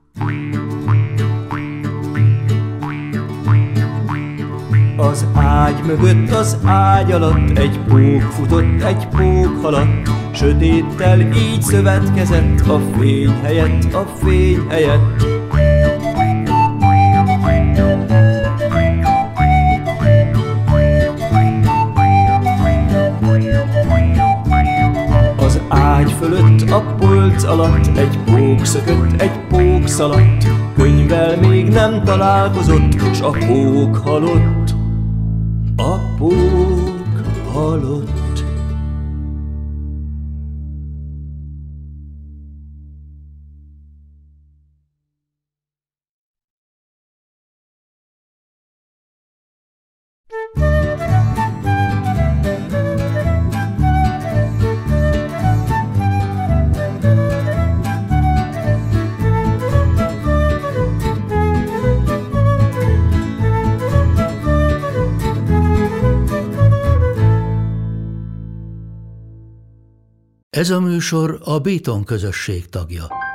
Az ágy mögött, az ágy alatt egy pók futott, egy pók haladt, sötéttel így szövetkezett a fény helyett, a fény helyett. Az ágy fölött, a polc alatt egy pók szökött, egy pók szaladt, könyvvel még nem találkozott, s a pók halott. A pók halott. Ez a műsor a Béton közösség tagja.